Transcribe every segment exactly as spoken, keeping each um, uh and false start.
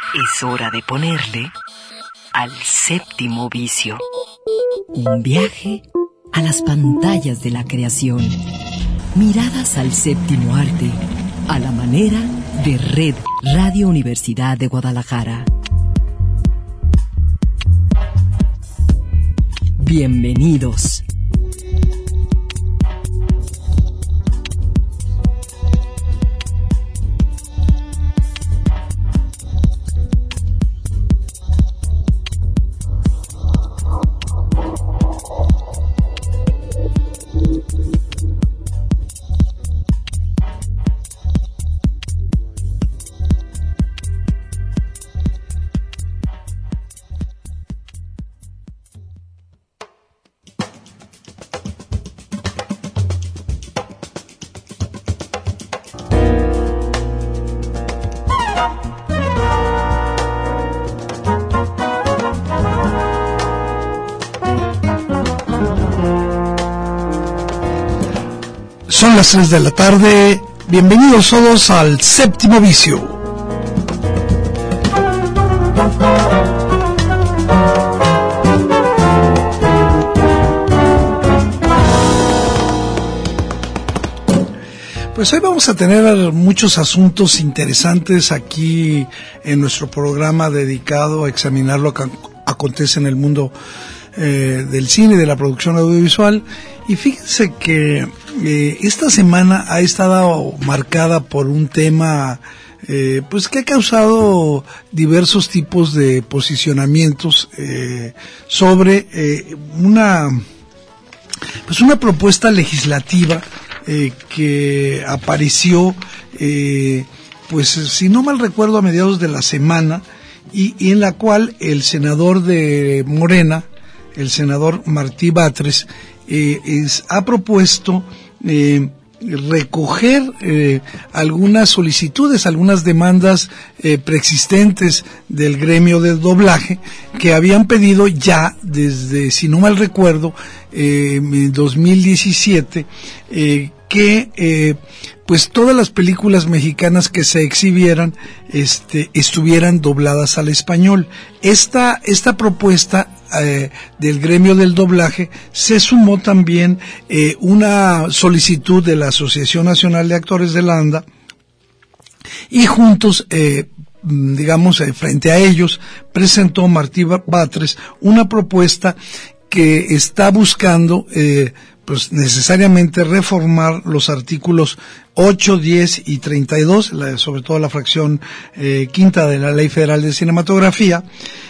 Es hora de ponerle al séptimo vicio. Un viaje a las pantallas de la creación. Miradas al séptimo arte, a la manera de Red Radio Universidad de Guadalajara. Bienvenidos. Son las tres de la tarde, bienvenidos todos al séptimo vicio. Pues hoy vamos a tener muchos asuntos interesantes aquí en nuestro programa dedicado a examinar lo que acontece en el mundo eh, del cine y de la producción audiovisual. Y fíjense que eh, esta semana ha estado marcada por un tema eh, pues que ha causado diversos tipos de posicionamientos eh, sobre eh, una pues una propuesta legislativa eh, que apareció eh, pues si no mal recuerdo a mediados de la semana y, y en la cual el senador de Morena, el senador Martí Batres, Eh, es, ha propuesto eh, recoger eh, algunas solicitudes, algunas demandas eh, preexistentes del gremio del doblaje que habían pedido ya desde, si no mal recuerdo, eh, en dos mil diecisiete, eh, que eh, pues todas las películas mexicanas que se exhibieran este, estuvieran dobladas al español. Esta, esta propuesta eh, del gremio del doblaje se sumó también eh, una solicitud de la Asociación Nacional de Actores de la ANDA y juntos eh, digamos eh, frente a ellos presentó Martí Batres una propuesta que está buscando eh, pues necesariamente reformar los artículos ocho, diez y treinta y dos, la, sobre todo la fracción eh, quinta de la Ley Federal de Cinematografía.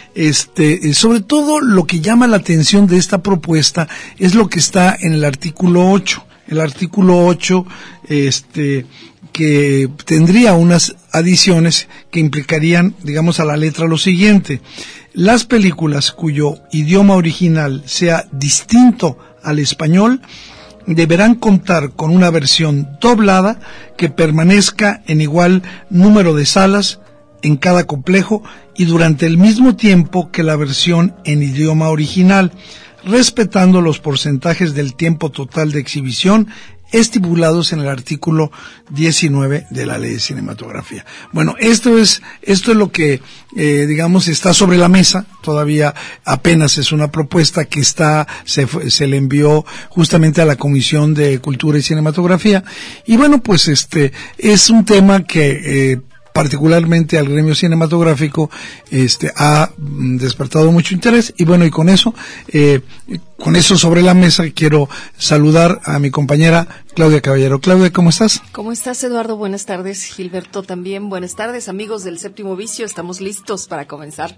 Este, sobre todo lo que llama la atención de esta propuesta es lo que está en el artículo ocho. El artículo ocho, este, que tendría unas adiciones que implicarían, digamos, a la letra lo siguiente: las películas cuyo idioma original sea distinto al español deberán contar con una versión doblada que permanezca en igual número de salas en cada complejo y durante el mismo tiempo que la versión en idioma original, respetando los porcentajes del tiempo total de exhibición estipulados en el artículo diecinueve de la Ley de Cinematografía. Bueno, esto es esto es lo que eh, digamos está sobre la mesa. Todavía apenas es una propuesta que está se se le envió justamente a la Comisión de Cultura y Cinematografía y bueno, pues este es un tema que eh, particularmente al gremio cinematográfico este ha despertado mucho interés y bueno, y con eso eh, con eso sobre la mesa quiero saludar a mi compañera Claudia Caballero. Claudia, ¿cómo estás? ¿Cómo estás, Eduardo? Buenas tardes. Gilberto también. Buenas tardes, amigos del Séptimo Vicio. Estamos listos para comenzar.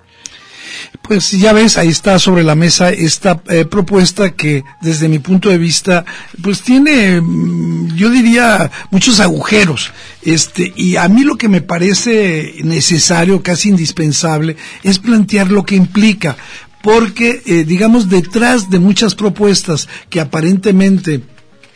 Pues ya ves, ahí está sobre la mesa esta eh, propuesta que desde mi punto de vista pues tiene, yo diría, muchos agujeros. Este, y a mí lo que me parece necesario, casi indispensable, es plantear lo que implica, porque eh, digamos detrás de muchas propuestas que aparentemente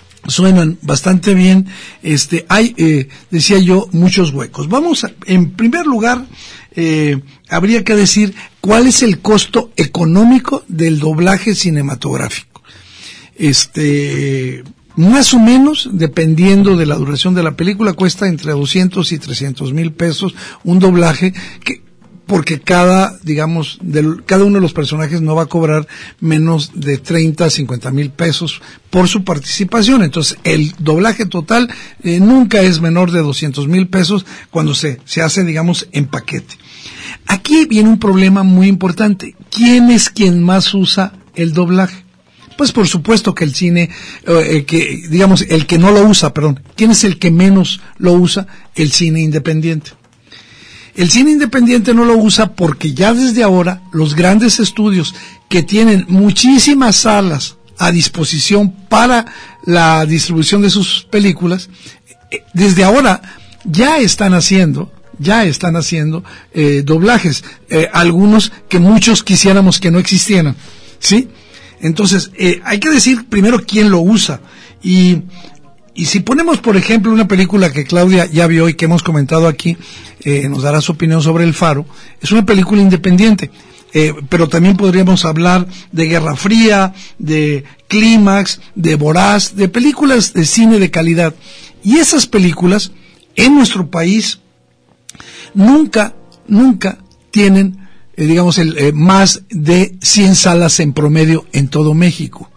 suenan bastante bien, este, hay, eh, decía yo, muchos huecos. Vamos a, en primer lugar, eh, habría que decir cuál es el costo económico del doblaje cinematográfico. Este, más o menos, dependiendo de la duración de la película, cuesta entre doscientos y trescientos mil pesos un doblaje que porque cada, digamos, del, cada uno de los personajes no va a cobrar menos de treinta a cincuenta mil pesos por su participación. Entonces, el doblaje total eh, nunca es menor de doscientos mil pesos cuando se, se hace, digamos, en paquete. Aquí viene un problema muy importante. ¿Quién es quien más usa el doblaje? Pues por supuesto que el cine, eh, que digamos, el que no lo usa, perdón. ¿Quién es el que menos lo usa? El cine independiente. El cine independiente no lo usa porque ya desde ahora los grandes estudios que tienen muchísimas salas a disposición para la distribución de sus películas, desde ahora ya están haciendo, ya están haciendo eh, doblajes, eh, algunos que muchos quisiéramos que no existieran, ¿sí? Entonces, eh, hay que decir primero quién lo usa. Y, y si ponemos, por ejemplo, una película que Claudia ya vio y que hemos comentado aquí, eh, nos dará su opinión sobre El Faro, es una película independiente. Eh, pero también podríamos hablar de Guerra Fría, de Clímax, de Voraz, de películas de cine de calidad. Y esas películas, en nuestro país, nunca, nunca tienen Eh, digamos, el, eh, más de cien salas en promedio en todo México.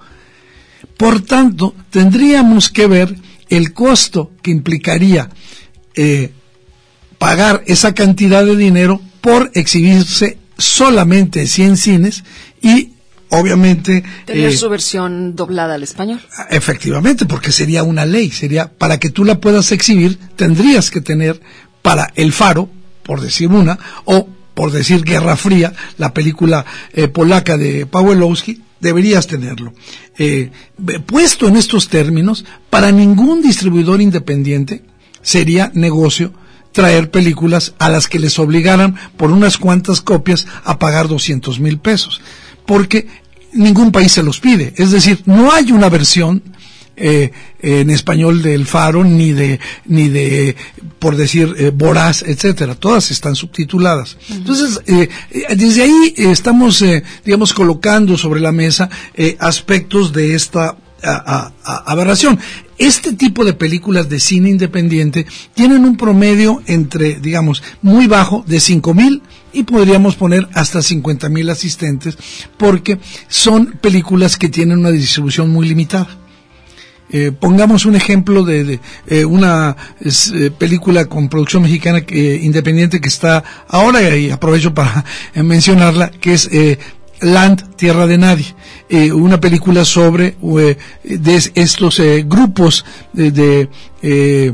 Por tanto, tendríamos que ver el costo que implicaría eh, pagar esa cantidad de dinero por exhibirse solamente cien cines y, obviamente... Tener eh, su versión doblada al español. Efectivamente, porque sería una ley, sería, para que tú la puedas exhibir, tendrías que tener para El Faro, por decir una, o por decir Guerra Fría, la película eh, polaca de Pawelowski, deberías tenerlo. Eh, puesto en estos términos, para ningún distribuidor independiente sería negocio traer películas a las que les obligaran por unas cuantas copias a pagar doscientos mil pesos, porque ningún país se los pide. Es decir, no hay una versión Eh, en español del Faro, ni de, ni de, por decir, eh, Voraz, etcétera. Todas están subtituladas. Uh-huh. Entonces, eh, desde ahí eh, estamos, eh, digamos, colocando sobre la mesa eh, aspectos de esta a, a, a, aberración. Este tipo de películas de cine independiente tienen un promedio entre, digamos, muy bajo de cinco mil y podríamos poner hasta cincuenta mil asistentes, porque son películas que tienen una distribución muy limitada. Eh, pongamos un ejemplo de, de eh, una es, eh, película con producción mexicana que, eh, independiente que está ahora, y aprovecho para eh, mencionarla, que es eh, Land, Tierra de Nadie, eh, una película sobre eh, de estos eh, grupos de, de eh,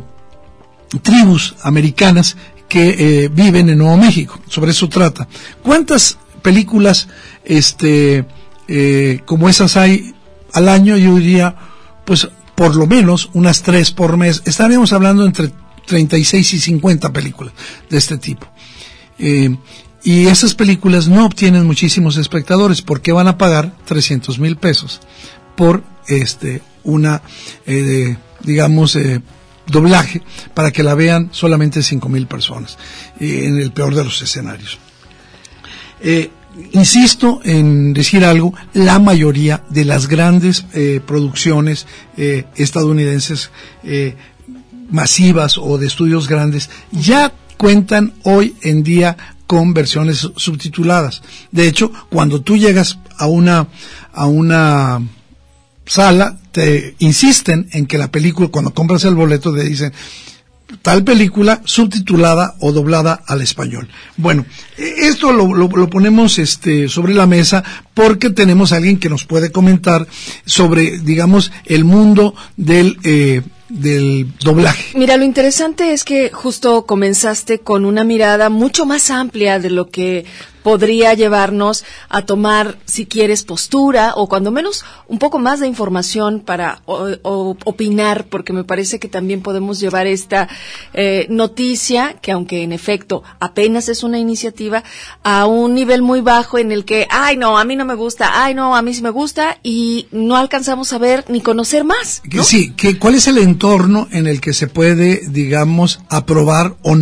tribus americanas que eh, viven en Nuevo México. Sobre eso trata. ¿Cuántas películas este eh, como esas hay al año? Yo diría, pues, por lo menos unas tres por mes. Estaríamos hablando entre treinta y seis y cincuenta películas de este tipo. Eh, y esas películas no obtienen muchísimos espectadores porque van a pagar trescientos mil pesos por este una, eh, de, digamos, eh, doblaje para que la vean solamente cinco mil personas, eh, en el peor de los escenarios. Eh, Insisto en decir algo, la mayoría de las grandes eh, producciones eh, estadounidenses eh, masivas o de estudios grandes ya cuentan hoy en día con versiones subtituladas. De hecho, cuando tú llegas a una a una sala, te insisten en que la película, cuando compras el boleto, te dicen tal película subtitulada o doblada al español. Bueno, esto lo, lo, lo ponemos este sobre la mesa porque tenemos a alguien que nos puede comentar sobre, digamos, el mundo del eh, del doblaje. Mira, lo interesante es que justo comenzaste con una mirada mucho más amplia de lo que podría llevarnos a tomar, si quieres, postura o cuando menos un poco más de información para o, o, opinar, porque me parece que también podemos llevar esta eh, noticia, que aunque en efecto apenas es una iniciativa, a un nivel muy bajo en el que, ay no, a mí no me gusta, ay no, a mí sí me gusta, y no alcanzamos a ver ni conocer más, ¿no? Sí, que, ¿cuál es el entorno en el que se puede, digamos, aprobar o no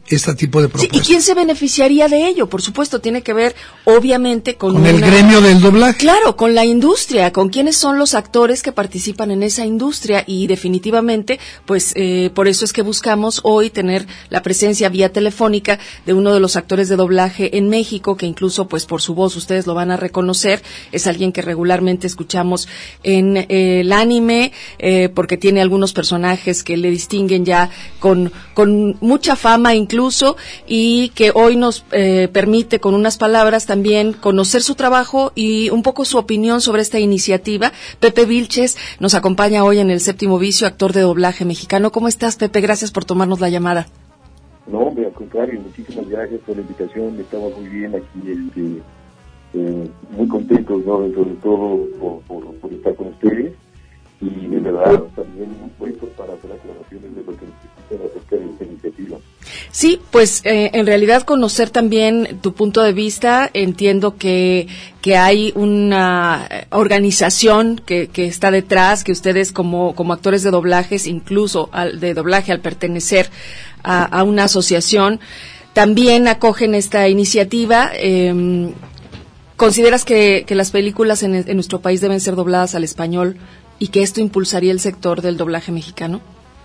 este tipo de propuestas. Sí, ¿y quién se beneficiaría de ello? Por supuesto, tiene que ver, obviamente, con, con una, el gremio del doblaje. Claro, con la industria, con quiénes son los actores que participan en esa industria y definitivamente, pues, eh, por eso es que buscamos hoy tener la presencia vía telefónica de uno de los actores de doblaje en México, que incluso, pues, por su voz ustedes lo van a reconocer, es alguien que regularmente escuchamos en eh, el anime, eh, porque tiene algunos personajes que le distinguen ya con, con mucha fama incluso, y que hoy nos eh, permite con unas palabras también conocer su trabajo y un poco su opinión sobre esta iniciativa. Pepe Vilches nos acompaña hoy en el Séptimo Vicio, actor de doblaje mexicano. ¿Cómo estás, Pepe? Gracias por tomarnos la llamada. No, hombre, al contrario, muchísimas gracias por la invitación. Estamos muy bien aquí, este, eh, muy contentos, ¿no? Sobre todo por, por, por estar con ustedes. Y de verdad también muy puestos para hacer aclaraciones de lo que necesitan acerca de esta iniciativa. Sí, pues eh, en realidad conocer también tu punto de vista. Entiendo que que hay una organización que, que está detrás, que ustedes como como actores de doblajes, incluso al, de doblaje al pertenecer a, a una asociación, también acogen esta iniciativa. Eh, ¿Consideras que, que las películas en, en nuestro país deben ser dobladas al español y que esto impulsaría el sector del doblaje mexicano?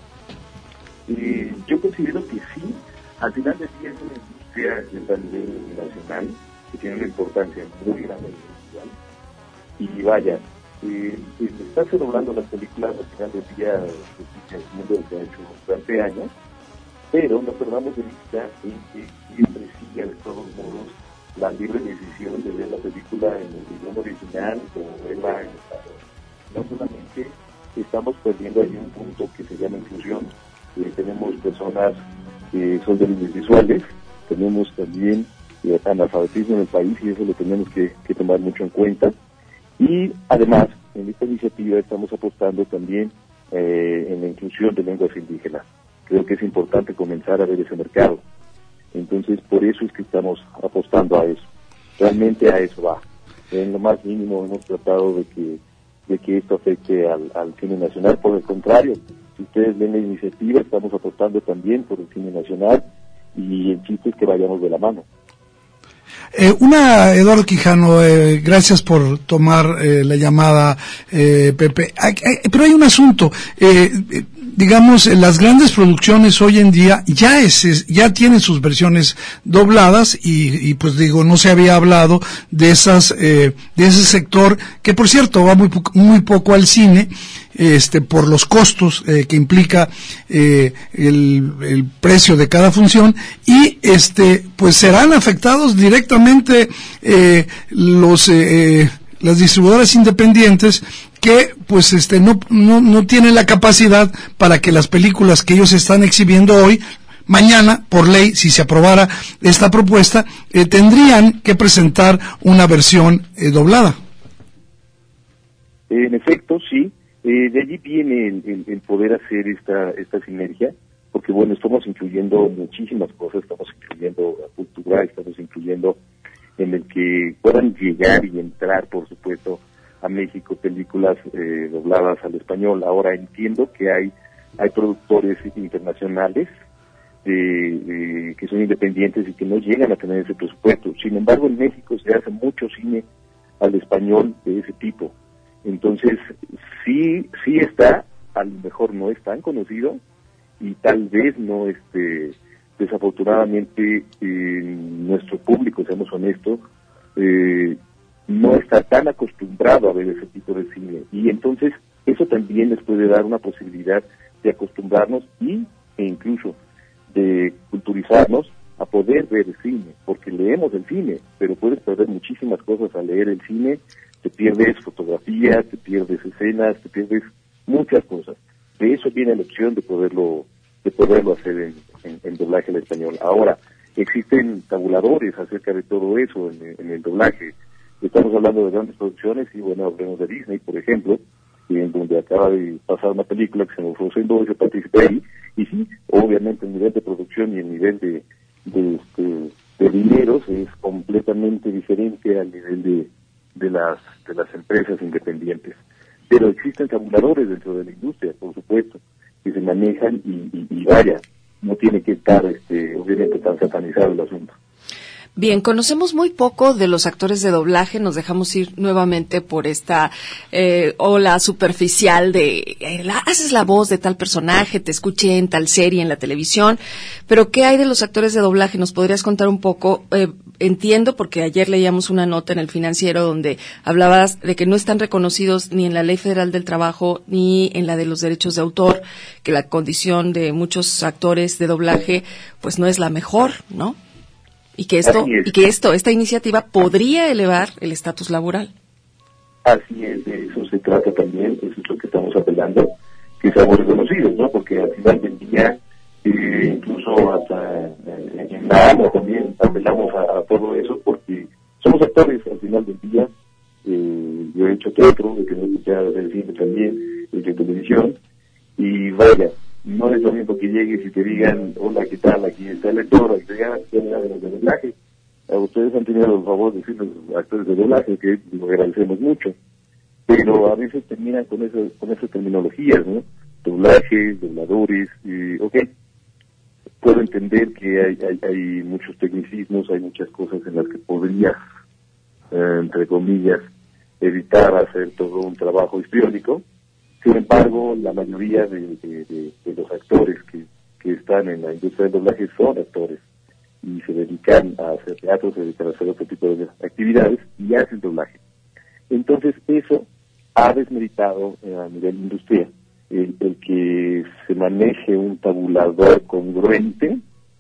Eh, yo considero que sí. Al final del día es una industria a nivel nacional que tiene una importancia muy grande mundial. Y vaya, eh, estarse doblando las películas al final del día el mundo se ha hecho durante años, pero no perdamos de vista en que siempre sigue de todos modos la libre decisión de ver la película en el idioma original o verla en español. No solamente estamos perdiendo ahí un punto que se llama inclusión. Eh, tenemos personas que son débiles visuales, tenemos también eh, analfabetismo en el país y eso lo tenemos que, que tomar mucho en cuenta. Y además, en esta iniciativa estamos apostando también eh, en la inclusión de lenguas indígenas. Creo que es importante comenzar a ver ese mercado. Entonces, por eso es que estamos apostando a eso. Realmente a eso va. En lo más mínimo hemos tratado de que de que esto afecte al, al cine nacional. Por el contrario, si ustedes ven la iniciativa, estamos apostando también por el cine nacional y el chiste es que vayamos de la mano. Eh, una, Eduardo Quijano, eh, gracias por tomar eh, la llamada, eh, Pepe. Hay, hay, pero hay un asunto. Eh, eh, digamos, las grandes producciones hoy en día ya es, es ya tienen sus versiones dobladas y, y pues digo, no se había hablado de esas, eh, de ese sector que por cierto va muy, muy poco al cine, este, por los costos eh, que implica eh, el, el precio de cada función y este, pues serán afectados directamente eh, los, eh, las distribuidoras independientes que pues este no, no no tienen la capacidad para que las películas que ellos están exhibiendo hoy, mañana, por ley, si se aprobara esta propuesta, eh, tendrían que presentar una versión eh, doblada. En efecto, sí. Eh, de allí viene el, el, el poder hacer esta esta sinergia, porque bueno, estamos incluyendo muchísimas cosas, estamos incluyendo la cultura, estamos incluyendo en el que puedan llegar y entrar, por supuesto, a México películas eh, dobladas al español. Ahora entiendo que hay hay productores internacionales eh, eh, que son independientes y que no llegan a tener ese presupuesto. Sin embargo, en México se hace mucho cine al español de ese tipo. Entonces, sí sí está, a lo mejor no es tan conocido y tal vez no, este desafortunadamente, eh, nuestro público, seamos honestos, eh, no está tan acostumbrado a ver ese tipo de cine y entonces eso también les puede dar una posibilidad de acostumbrarnos y e incluso de culturizarnos a poder ver el cine, porque leemos el cine, pero puedes perder muchísimas cosas al leer el cine, te pierdes fotografías, te pierdes escenas, te pierdes muchas cosas. De eso viene la opción de poderlo de poderlo hacer en, en, en doblaje al español. Ahora, existen tabuladores acerca de todo eso en, en el doblaje. Estamos hablando de grandes producciones y bueno, hablemos de Disney, por ejemplo, en donde acaba de pasar una película que se llama Frozen dos, yo participé ahí, y sí, obviamente el nivel de producción y el nivel de de, este, de dineros es completamente diferente al nivel de, de las de las empresas independientes. Pero existen tabuladores dentro de la industria, por supuesto, que se manejan y, y, y vaya, no tiene que estar, este, obviamente, tan satanizado el asunto. Bien, conocemos muy poco de los actores de doblaje, nos dejamos ir nuevamente por esta eh, ola superficial de eh, la, haces la voz de tal personaje, te escuché en tal serie en la televisión, pero ¿qué hay de los actores de doblaje? ¿Nos podrías contar un poco? Eh, entiendo, porque ayer leíamos una nota en El Financiero donde hablabas de que no están reconocidos ni en la Ley Federal del Trabajo ni en la de los derechos de autor, que la condición de muchos actores de doblaje pues no es la mejor, ¿no? Y que esto, y que esto, esta iniciativa podría elevar el estatus laboral. Así es, de eso se trata también, eso es lo que estamos apelando, que seamos reconocidos, ¿no? Porque al final del día, eh, incluso hasta eh, en la AMA también apelamos a, a todo eso, porque somos actores al final del día. Eh, yo he hecho teatro, he tenido que hacer cine también, he hecho televisión, y vaya, no es lo mismo que llegues y te digan, hola, ¿qué tal? Aquí está el lector, aquí te digan, ¿qué de doblaje? A ustedes han tenido el favor de decir los actores de doblaje, que lo agradecemos mucho, pero a veces terminan con, eso, con esas terminologías, ¿no? Doblajes, dobladores, y, ok, puedo entender que hay, hay, hay muchos tecnicismos, hay muchas cosas en las que podrías, eh, entre comillas, evitar hacer todo un trabajo histriónico. Sin embargo, la mayoría de, de, de, de los actores que, que están en la industria del doblaje son actores y se dedican a hacer teatro, se dedican a hacer otro tipo de actividades y hacen doblaje. Entonces, eso ha desmeritado eh, a nivel industrial el, el que se maneje un tabulador congruente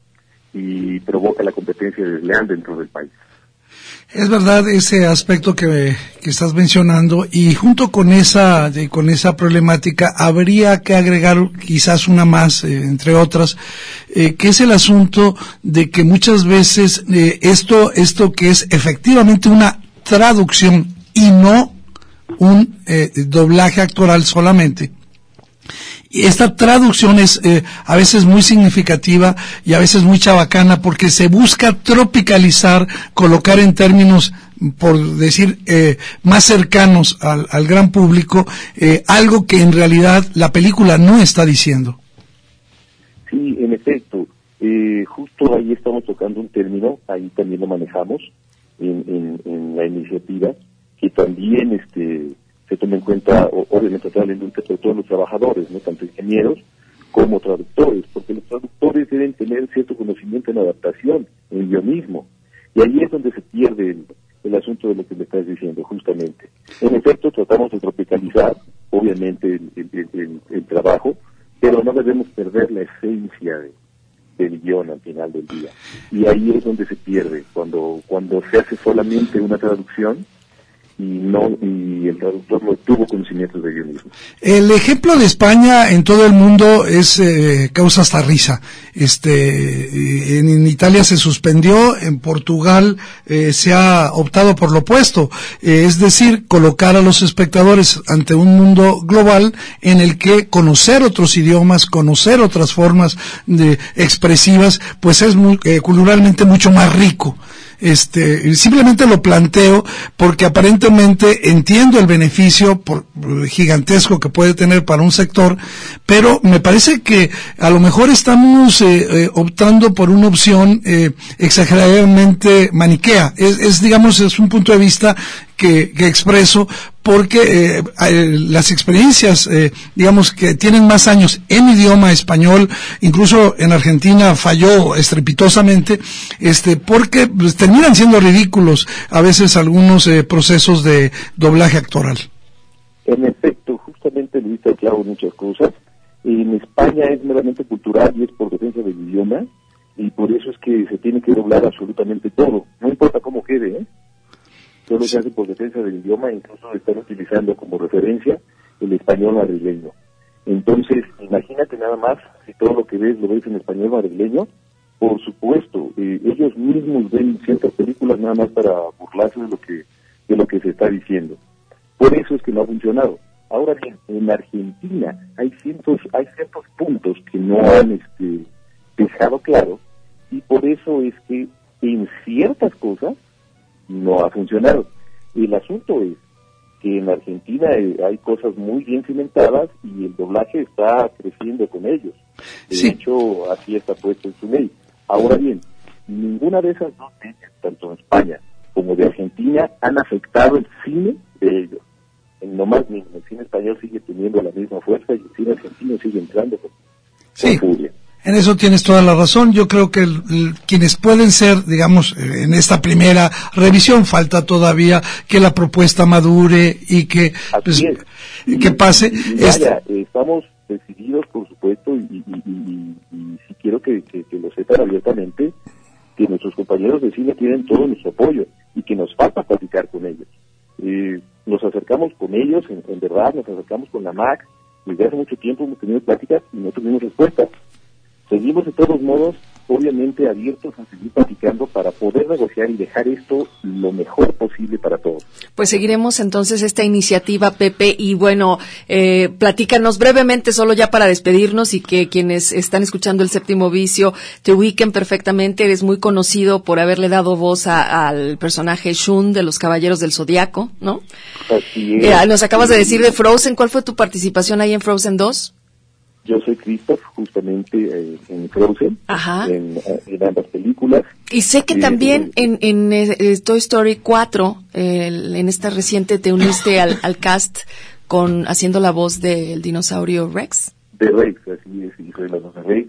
y provoca la competencia desleal dentro del país. Es verdad ese aspecto que, que estás mencionando, y junto con esa de, con esa problemática habría que agregar quizás una más, eh, entre otras, eh, que es el asunto de que muchas veces eh, esto esto que es efectivamente una traducción y no un eh, doblaje actoral solamente. Esta traducción es eh, a veces muy significativa y a veces muy chabacana, porque se busca tropicalizar, colocar en términos, por decir, eh, más cercanos al, al gran público, eh, algo que en realidad la película no está diciendo. Sí, en efecto, eh, justo ahí estamos tocando un término, ahí también lo manejamos en, en, en la iniciativa, que también este se toma en cuenta, obviamente, toda la industria, de todos los trabajadores, ¿no? Tanto ingenieros como traductores, porque los traductores deben tener cierto conocimiento en adaptación, en guionismo, y ahí es donde se pierde el, el asunto de lo que me estás diciendo, justamente. En efecto, tratamos de tropicalizar, obviamente, el, el, el, el trabajo, pero no debemos perder la esencia de, del guión al final del día. Y ahí es donde se pierde, cuando, cuando se hace solamente una traducción, y no y el traductor no tuvo conocimientos de guionismo. El ejemplo de España en todo el mundo es eh, causa hasta risa. Este, en, en Italia se suspendió, en Portugal eh, se ha optado por lo opuesto, eh, es decir, colocar a los espectadores ante un mundo global en el que conocer otros idiomas, conocer otras formas de expresivas, pues es muy, eh, culturalmente mucho más rico. Este, simplemente lo planteo porque aparentemente entiendo el beneficio por, gigantesco que puede tener para un sector, pero me parece que a lo mejor estamos eh, eh, optando por una opción eh, exageradamente maniquea. Es, es, digamos, es un punto de vista que, que expreso porque eh, las experiencias, eh, digamos, que tienen más años en idioma español, incluso en Argentina falló estrepitosamente, este, porque pues, terminan siendo ridículos a veces algunos eh, procesos de doblaje actoral. En efecto, justamente Luis ha claro muchas cosas. En España es meramente cultural y es por defensa del idioma, y por eso es que se tiene que doblar absolutamente todo, no importa cómo quede, ¿eh? Solo se hace por defensa del idioma, incluso están utilizando como referencia el español madrileño. Entonces, imagínate nada más, si todo lo que ves lo ves en español madrileño, por supuesto, eh, ellos mismos ven ciertas películas nada más para burlarse de lo que de lo que se está diciendo. Por eso es que no ha funcionado. Ahora bien, en Argentina hay cientos, hay ciertos puntos que no han este, dejado claro, y por eso es que en ciertas cosas no ha funcionado. El asunto es que en Argentina eh, hay cosas muy bien cimentadas y el doblaje está creciendo con ellos. De sí. hecho, así está puesto en su ley. Ahora bien, ninguna de esas dos leyes, tanto en España como de Argentina, han afectado el cine de ellos. En no más mismo, el cine español sigue teniendo la misma fuerza y el cine argentino sigue entrando con, sí. con furia. En eso tienes toda la razón. Yo creo que el, el, quienes pueden ser, digamos, en esta primera revisión, falta todavía que la propuesta madure y que, pues, y, que pase. Y, y vaya, este... estamos decididos, por supuesto, y, y, y, y, y si quiero que, que, que lo sepan abiertamente, que nuestros compañeros de cine tienen todo nuestro apoyo y que nos falta platicar con ellos. Eh, nos acercamos con ellos, en, en verdad, nos acercamos con la M A C. Desde hace mucho tiempo hemos tenido pláticas y no tuvimos respuesta. Seguimos de todos modos, obviamente, abiertos a seguir platicando para poder negociar y dejar esto lo mejor posible para todos. Pues seguiremos entonces esta iniciativa, Pepe, y bueno, eh, platícanos brevemente, solo ya para despedirnos y que quienes están escuchando El Séptimo Vicio te ubiquen perfectamente. Eres muy conocido por haberle dado voz a, al personaje Shun de Los Caballeros del Zodiaco, ¿no? Así es. Eh, nos acabas de decir de Frozen. ¿Cuál fue tu participación ahí en Frozen dos? Yo soy Kristoff, justamente eh, en Frozen, en, en ambas películas. Y sé que eh, también eh, en, en eh, Toy Story cuatro, eh, en esta reciente, te uniste al, al cast con haciendo la voz del dinosaurio Rex. De Rex, así es, y soy la voz de Rex.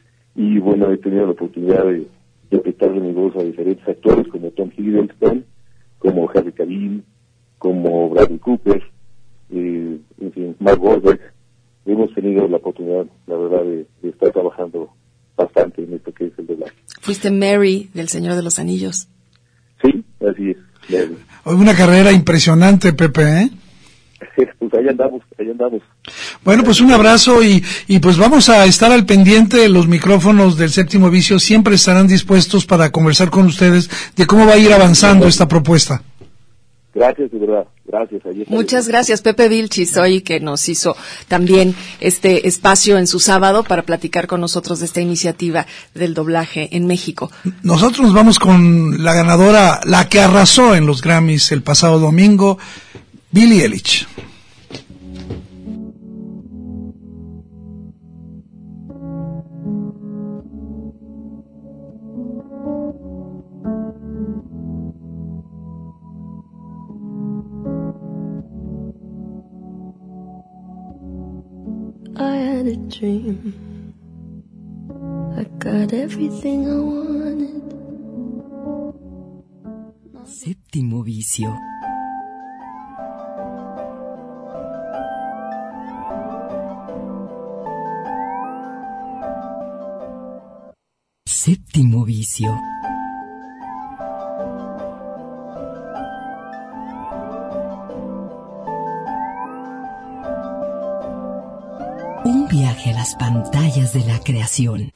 Y bueno, he tenido la oportunidad de, de prestarle mi voz a diferentes actores como Tom Hiddleston, como Henry Cavill, como Bradley Cooper, eh, en fin, Mark Wahlberg. Hemos tenido la oportunidad, la verdad, de, de estar trabajando bastante en esto que es el doblaje. Fuiste Mary del Señor de los Anillos. Sí, así es. Mary. Una carrera impresionante, Pepe, ¿eh? Pues ahí andamos, ahí andamos. Bueno, pues un abrazo y, y pues vamos a estar al pendiente. Los micrófonos del Séptimo Vicio siempre estarán dispuestos para conversar con ustedes de cómo va a ir avanzando esta propuesta. Gracias, de verdad. Gracias. Muchas gracias, Pepe Vilchis, hoy que nos hizo también este espacio en su sábado para platicar con nosotros de esta iniciativa del doblaje en México. Nosotros nos vamos con la ganadora, la que arrasó en los Grammys el pasado domingo, Billie Eilish. I had a dream. I got everything I wanted. Séptimo Vicio. Séptimo Vicio. Un viaje a las pantallas de la creación.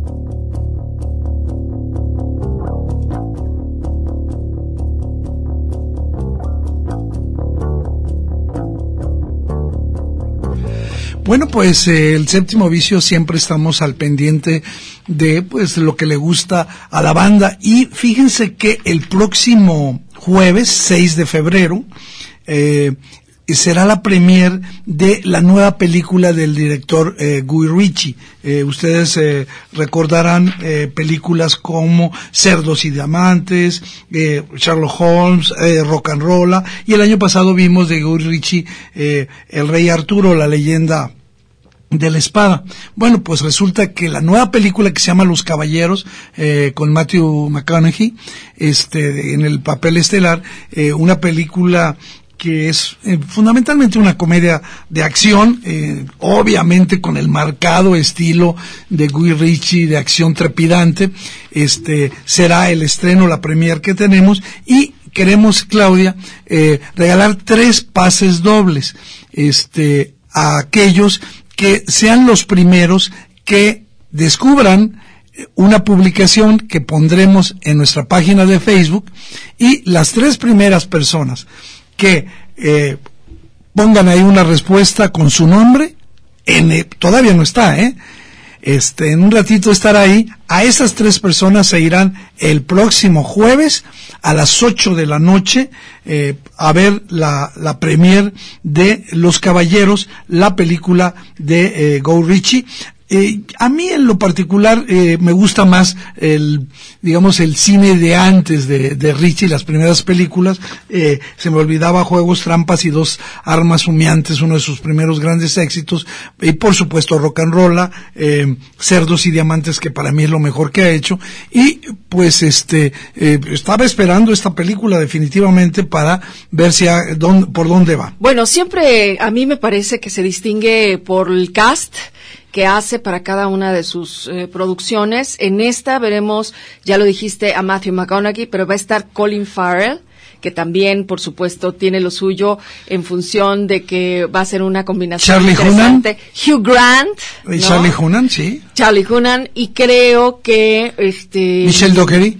Bueno, pues eh, el Séptimo Vicio siempre estamos al pendiente de pues lo que le gusta a la banda y fíjense que el próximo jueves seis de febrero eh, será la premier de la nueva película del director eh, Guy Ritchie. Eh, ustedes eh, recordarán eh, películas como Cerdos y Diamantes, eh, Sherlock Holmes, eh, Rock and Roll, y el año pasado vimos de Guy Ritchie eh, El Rey Arturo, la leyenda de la espada. Bueno, pues resulta que la nueva película que se llama Los Caballeros, eh, con Matthew McConaughey, este, en el papel estelar, eh, una película que es eh, fundamentalmente una comedia de acción, eh, obviamente con el marcado estilo de Guy Ritchie de acción trepidante. Este será el estreno, la premier que tenemos, y queremos, Claudia, eh, regalar tres pases dobles, este, a aquellos que sean los primeros que descubran una publicación que pondremos en nuestra página de Facebook, y las tres primeras personas que eh, pongan ahí una respuesta con su nombre, en, eh, todavía no está, ¿eh? este, en un ratito estar ahí. A esas tres personas se irán el próximo jueves a las ocho de la noche eh, a ver la, la premier de Los Caballeros, la película de eh, Guy Ritchie. Eh, a mí en lo particular eh, me gusta más el, digamos, el cine de antes de, de Ritchie, las primeras películas. Eh, se me olvidaba Juegos, Trampas y Dos Armas Humeantes, uno de sus primeros grandes éxitos. Y por supuesto Rock and Rolla, eh, Cerdos y Diamantes, que para mí es lo mejor que ha hecho. Y pues este, eh, estaba esperando esta película definitivamente para ver si a, dónde, por dónde va. Bueno, siempre a mí me parece que se distingue por el cast que hace para cada una de sus eh, producciones. En esta veremos, ya lo dijiste, a Matthew McConaughey, pero va a estar Colin Farrell, que también, por supuesto, tiene lo suyo en función de que va a ser una combinación Charlie interesante. Hunnam. Hugh Grant, ¿no? Charlie Hunnam, sí. Charlie Hunnam, y creo que este Michelle Dockery.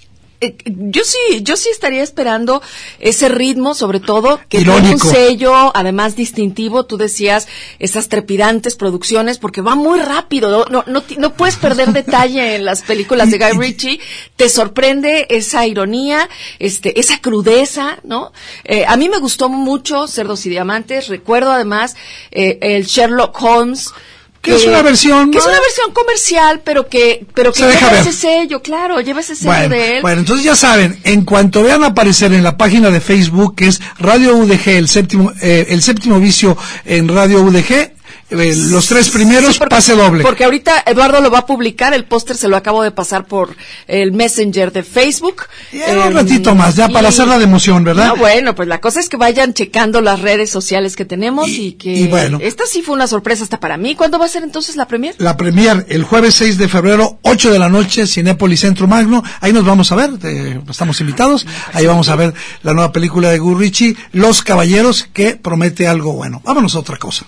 Yo sí, yo sí estaría esperando ese ritmo, sobre todo, que Irónico. tiene un sello, además distintivo. Tú decías, esas trepidantes producciones, porque va muy rápido, no, no, no, no puedes perder detalle en las películas de Guy Ritchie. Te sorprende esa ironía, este, esa crudeza, ¿no? Eh, a mí me gustó mucho Cerdos y Diamantes. Recuerdo además, eh, el Sherlock Holmes, Que, que es una versión, que ¿no? es una versión comercial, pero que pero que lleva ese sello, claro, lleva ese sello bueno, de él. Bueno, entonces ya saben, en cuanto vean aparecer en la página de Facebook, que es Radio U D G, el séptimo eh, el séptimo vicio en Radio U D G, eh, los tres primeros, sí, porque, pase doble. Porque ahorita Eduardo lo va a publicar, el póster se lo acabo de pasar por el Messenger de Facebook. Y eh, un ratito más, ya para y, hacerla de emoción, ¿verdad? No, bueno, pues la cosa es que vayan checando las redes sociales que tenemos y, y que y bueno, esta sí fue una sorpresa hasta para mí. ¿Cuándo va a ser entonces la premier? La premier el jueves seis de febrero, ocho de la noche, Cinépolis Centro Magno. Ahí nos vamos a ver, eh, estamos invitados. Ahí vamos a ver la nueva película de Guy Ritchie, Los Caballeros, que promete algo bueno. Vámonos a otra cosa.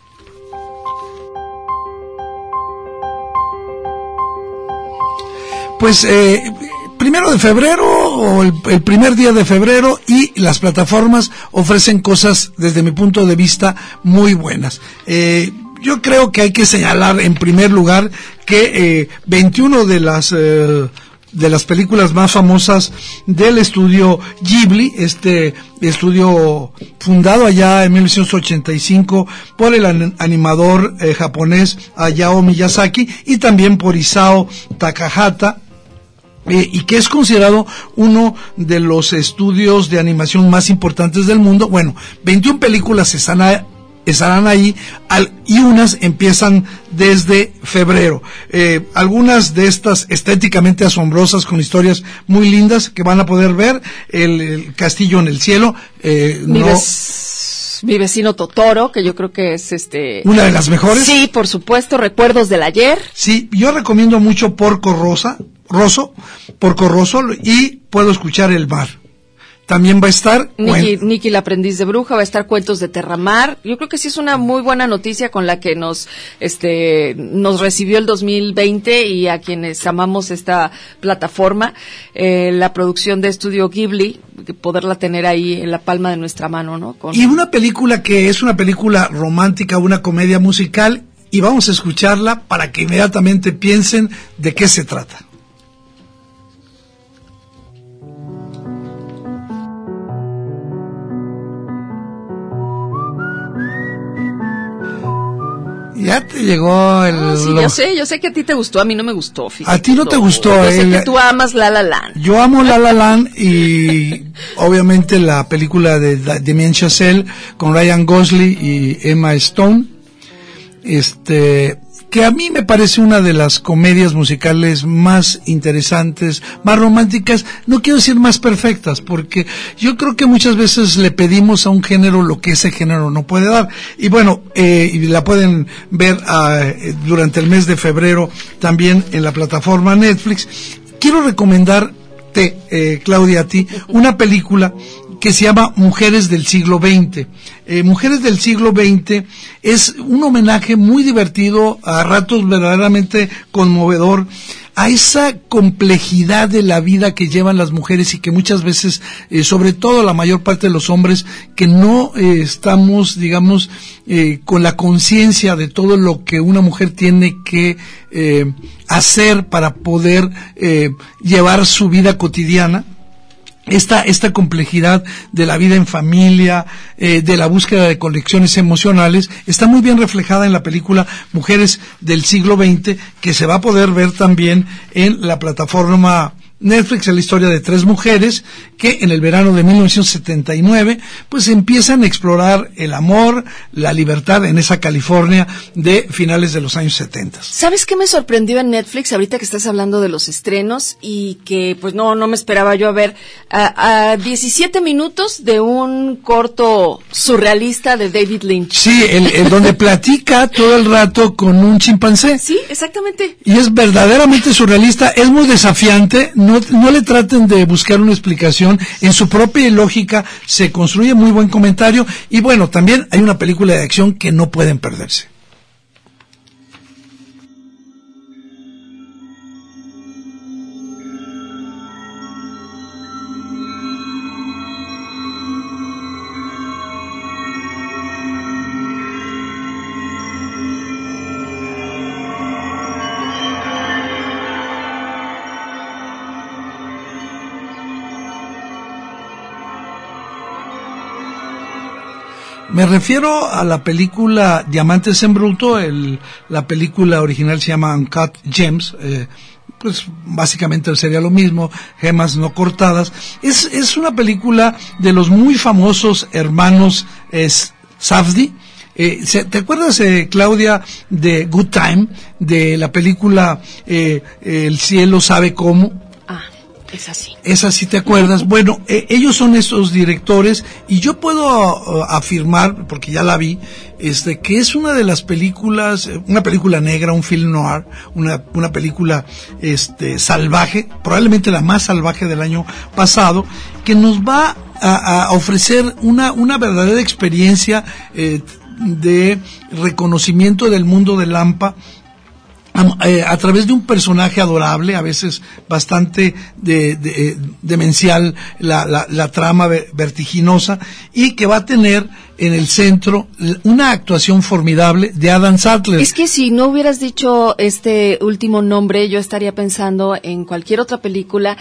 Pues eh, primero de febrero o el, el primer día de febrero, y las plataformas ofrecen cosas desde mi punto de vista muy buenas. Eh, yo creo que hay que señalar en primer lugar que eh, veintiuna de las eh, de las películas más famosas del estudio Ghibli, este estudio fundado allá en mil novecientos ochenta y cinco por el animador eh, japonés Hayao Miyazaki y también por Isao Takahata, Eh, y que es considerado uno de los estudios de animación más importantes del mundo. Bueno, veintiuna películas estarán, estarán ahí al, y unas empiezan desde febrero. Eh, algunas de estas estéticamente asombrosas, con historias muy lindas que van a poder ver. El, el Castillo en el Cielo. Eh, Mi, no, ves, mi vecino Totoro, que yo creo que es este una de las mejores. Sí, por supuesto. Recuerdos del ayer. Sí, yo recomiendo mucho Porco Rosa. Rosso, Porco Rosso, y Puedo escuchar el mar. También va a estar Nikki, Nikki, el aprendiz de bruja, va a estar Cuentos de Terramar. Yo creo que sí es una muy buena noticia con la que nos este nos recibió el dos mil veinte, y a quienes amamos esta plataforma, eh, la producción de Estudio Ghibli, poderla tener ahí en la palma de nuestra mano, ¿no? Con... Y una película que es una película romántica, una comedia musical, y vamos a escucharla para que inmediatamente piensen de qué se trata. Ya te llegó el... No, sí, lo... yo sé, yo sé que a ti te gustó, a mí no me gustó, fíjate. A ti no te gustó. Yo sé el... que tú amas La La Land. Yo amo La La Land y obviamente la película de Damien Chazelle con Ryan Gosling y Emma Stone, este, que a mí me parece una de las comedias musicales más interesantes, más románticas, no quiero decir más perfectas, porque yo creo que muchas veces le pedimos a un género lo que ese género no puede dar. Y bueno, eh, y la pueden ver uh, durante el mes de febrero también en la plataforma Netflix. Quiero recomendarte, eh, Claudia, a ti, una película que se llama Mujeres del siglo veinte. Eh, Mujeres del siglo veinte es un homenaje muy divertido, a ratos verdaderamente conmovedor, a esa complejidad de la vida que llevan las mujeres y que muchas veces, eh, sobre todo la mayor parte de los hombres, que no eh, estamos, digamos, eh, con la conciencia de todo lo que una mujer tiene que eh, hacer para poder eh, llevar su vida cotidiana. Esta, esta complejidad de la vida en familia, eh, de la búsqueda de conexiones emocionales, está muy bien reflejada en la película Mujeres del siglo veinte, que se va a poder ver también en la plataforma Netflix. Es la historia de tres mujeres que en el verano de mil novecientos setenta y nueve pues empiezan a explorar el amor, la libertad en esa California de finales de los años setenta. ¿Sabes qué me sorprendió en Netflix ahorita que estás hablando de los estrenos y que pues no no me esperaba yo a ver a, a diecisiete minutos de un corto surrealista de David Lynch? Sí, el, el donde platica todo el rato con un chimpancé. Sí, exactamente. Y es verdaderamente surrealista, es muy desafiante. No, no le traten de buscar una explicación, en su propia lógica se construye muy buen comentario, y bueno, también hay una película de acción que no pueden perderse. Me refiero a la película Diamantes en Bruto. El, la película original se llama Uncut Gems, eh, pues básicamente sería lo mismo, gemas no cortadas. Es, es una película de los muy famosos hermanos eh, Safdie. Eh, ¿Te acuerdas, eh, Claudia, de Good Time, de la película eh, El cielo sabe cómo? Ah. Es así. Es así, ¿te acuerdas? Bueno, eh, ellos son estos directores y yo puedo uh, afirmar, porque ya la vi, este, que es una de las películas, una película negra, un film noir, una, una película, este, salvaje, probablemente la más salvaje del año pasado, que nos va a, a ofrecer una, una verdadera experiencia, eh, de reconocimiento del mundo de Lampa, a través de un personaje adorable, a veces bastante de, de, demencial la, la, la trama vertiginosa, y que va a tener en el centro una actuación formidable de Adam Sandler. Es que si no hubieras dicho este último nombre, yo estaría pensando en cualquier otra película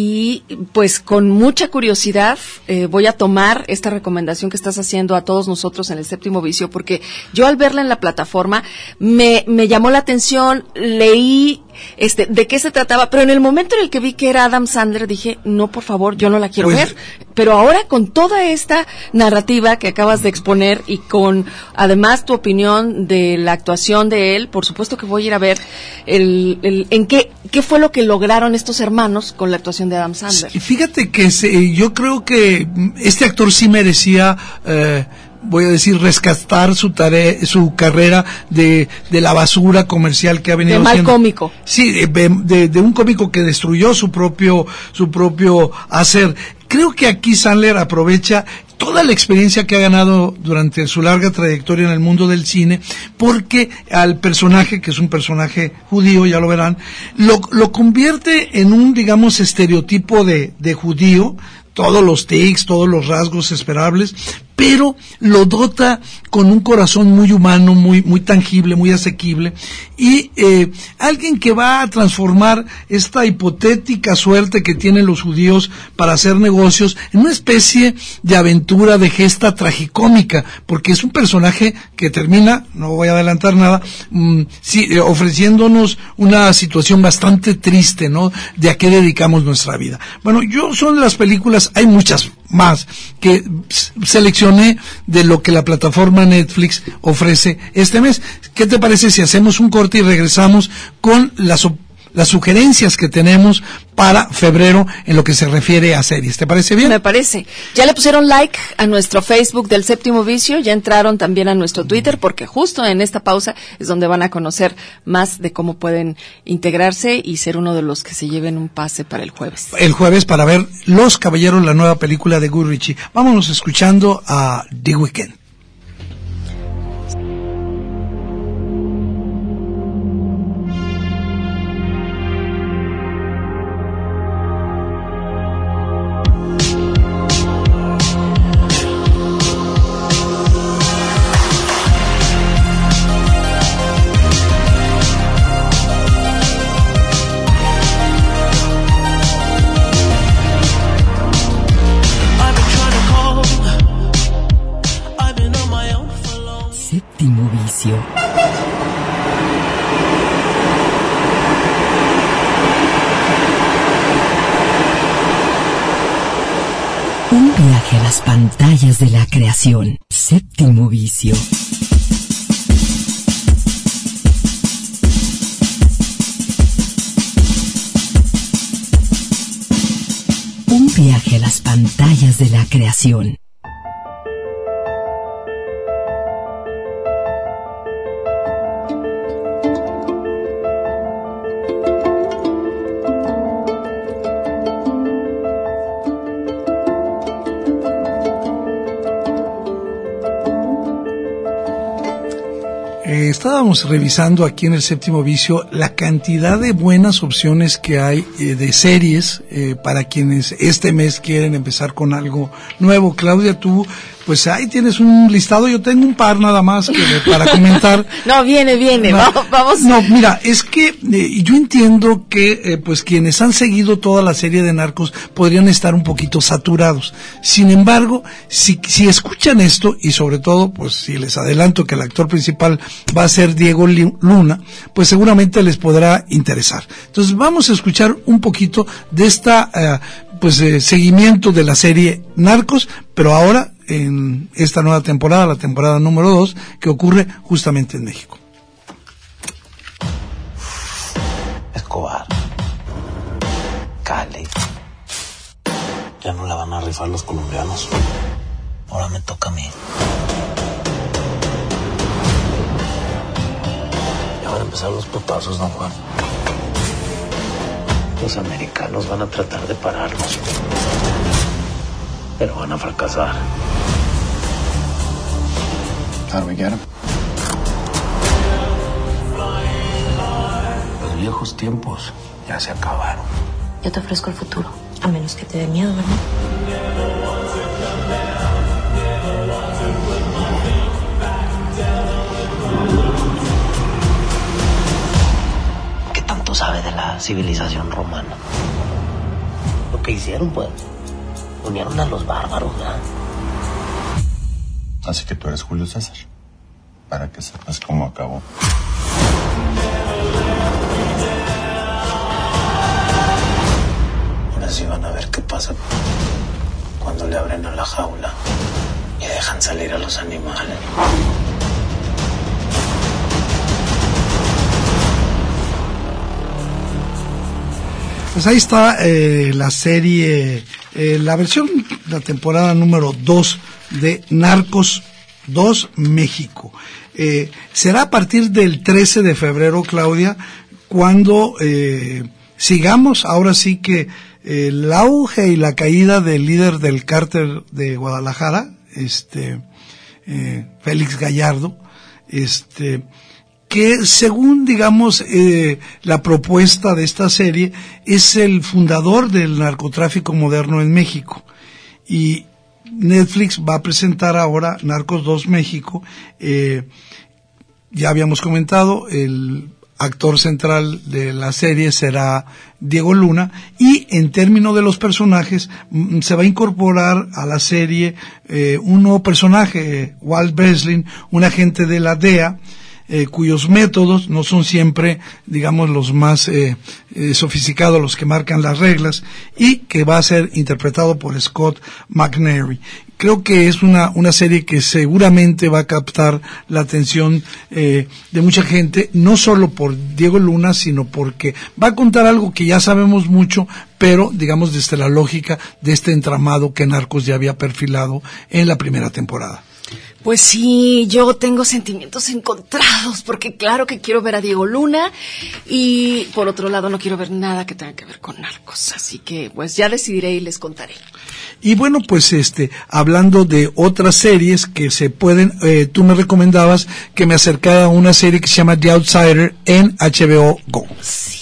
y pues con mucha curiosidad eh, voy a tomar esta recomendación que estás haciendo a todos nosotros en el Séptimo Vicio, porque yo al verla en la plataforma me, me llamó la atención, leí este de qué se trataba, pero en el momento en el que vi que era Adam Sandler dije, no, por favor, yo no la quiero pues, ver. Pero ahora con toda esta narrativa que acabas de exponer y con además tu opinión de la actuación de él, por supuesto que voy a ir a ver el, el en qué qué fue lo que lograron estos hermanos con la actuación de Adam Sandler. Fíjate que se, yo creo que este actor sí merecía eh, voy a decir, rescatar su tarea, su carrera de, de la basura comercial que ha venido de mal siendo. cómico. Sí, de, de, de un cómico que destruyó su propio, su propio hacer. Creo que aquí Sandler aprovecha toda la experiencia que ha ganado durante su larga trayectoria en el mundo del cine, porque al personaje, que es un personaje judío, ya lo verán, lo, lo convierte en un, digamos, estereotipo de, de judío, todos los tics, todos los rasgos esperables, pero lo dota con un corazón muy humano, muy muy tangible, muy asequible, y eh, alguien que va a transformar esta hipotética suerte que tienen los judíos para hacer negocios en una especie de aventura, de gesta tragicómica, porque es un personaje que termina, no voy a adelantar nada, mmm, sí, eh, ofreciéndonos una situación bastante triste, ¿no?, de a qué dedicamos nuestra vida. Bueno, yo son las películas, hay muchas más que seleccioné de lo que la plataforma Netflix ofrece este mes. ¿Qué te parece si hacemos un corte y regresamos con las las sugerencias que tenemos para febrero en lo que se refiere a series? ¿Te parece bien? Me parece. Ya le pusieron like a nuestro Facebook del Séptimo Vicio, ya entraron también a nuestro Twitter, porque justo en esta pausa es donde van a conocer más de cómo pueden integrarse y ser uno de los que se lleven un pase para el jueves. El jueves para ver Los Caballeros, la nueva película de Guy Ritchie. Vámonos escuchando a The Weeknd. Un viaje a las pantallas de la creación. Séptimo vicio. Un viaje a las pantallas de la creación. Eh, estábamos revisando aquí en el Séptimo Vicio la cantidad de buenas opciones que hay eh, de series eh, para quienes este mes quieren empezar con algo nuevo. Claudia, tú, pues ahí tienes un listado, yo tengo un par nada más que, para comentar. No, viene, viene, no, vamos, vamos. No, mira, es que eh, yo entiendo que eh, pues quienes han seguido toda la serie de Narcos podrían estar un poquito saturados. Sin embargo, si, si escuchan esto, y sobre todo, pues si les adelanto que el actor principal va a ser Diego Luna, pues seguramente les podrá interesar. Entonces vamos a escuchar un poquito de esta eh, pues eh, seguimiento de la serie Narcos, pero ahora en esta nueva temporada, la temporada número dos, que ocurre justamente en México. Escobar, Cali, ya no la van a rifar los colombianos. Ahora me toca a mí. Ya van a empezar los putazos, don Juan. Los americanos van a tratar de pararnos, pero van a fracasar. How do we get him? Los viejos tiempos ya se acabaron. Yo te ofrezco el futuro, a menos que te dé miedo, ¿verdad? ¿Qué tanto sabe de la civilización romana? Lo que hicieron, pues, unieron a los bárbaros, ¿verdad? Así que tú eres Julio César, para que sepas cómo acabó. Ahora sí van a ver qué pasa cuando le abren a la jaula y dejan salir a los animales. Pues ahí está eh, la serie, eh, la versión, la temporada número dos de Narcos dos México. Eh, será a partir del trece de febrero, Claudia, cuando eh, sigamos ahora sí que eh, el auge y la caída del líder del cártel de Guadalajara, este eh, Félix Gallardo, este que según, digamos, eh, la propuesta de esta serie, es el fundador del narcotráfico moderno en México. Y Netflix va a presentar ahora Narcos dos México. Eh, ya habíamos comentado, el actor central de la serie será Diego Luna, y en términos de los personajes, m- se va a incorporar a la serie eh, un nuevo personaje, Walt Breslin, un agente de la D E A, Eh, cuyos métodos no son siempre, digamos, los más eh, eh, sofisticados, los que marcan las reglas, y que va a ser interpretado por Scott McNairy. Creo que es una, una serie que seguramente va a captar la atención eh, de mucha gente, no solo por Diego Luna, sino porque va a contar algo que ya sabemos mucho, pero, digamos, desde la lógica de este entramado que Narcos ya había perfilado en la primera temporada. Pues sí, yo tengo sentimientos encontrados, porque claro que quiero ver a Diego Luna, y por otro lado no quiero ver nada que tenga que ver con Narcos, así que pues ya decidiré y les contaré. Y bueno, pues este, hablando de otras series que se pueden, eh, tú me recomendabas que me acercara a una serie que se llama The Outsider en H B O Go. Sí.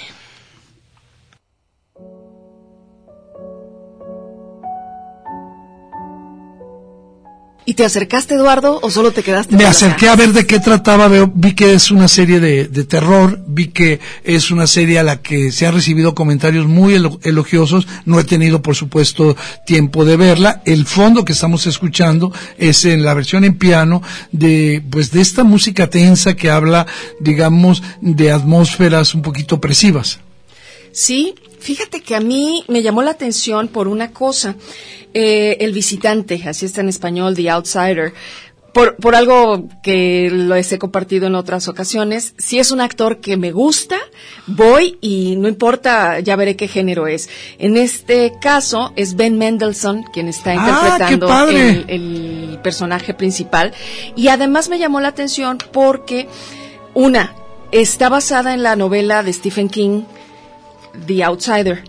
¿Y te acercaste, Eduardo, o solo te quedaste? Me acerqué a ver de qué trataba, veo, vi que es una serie de, de terror, vi que es una serie a la que se han recibido comentarios muy elogiosos. No he tenido, por supuesto, tiempo de verla. El fondo que estamos escuchando es en la versión en piano de, pues, de esta música tensa que habla, digamos, de atmósferas un poquito opresivas. Sí, Fíjate que a mí me llamó la atención por una cosa. Eh, El Visitante, así está en español, The Outsider. Por, por algo que les he compartido en otras ocasiones, si es un actor que me gusta, voy y no importa, ya veré qué género es. En este caso es Ben Mendelsohn quien está interpretando ¡Ah, qué padre! el, el personaje principal. Y además me llamó la atención porque, una, está basada en la novela de Stephen King, The Outsider.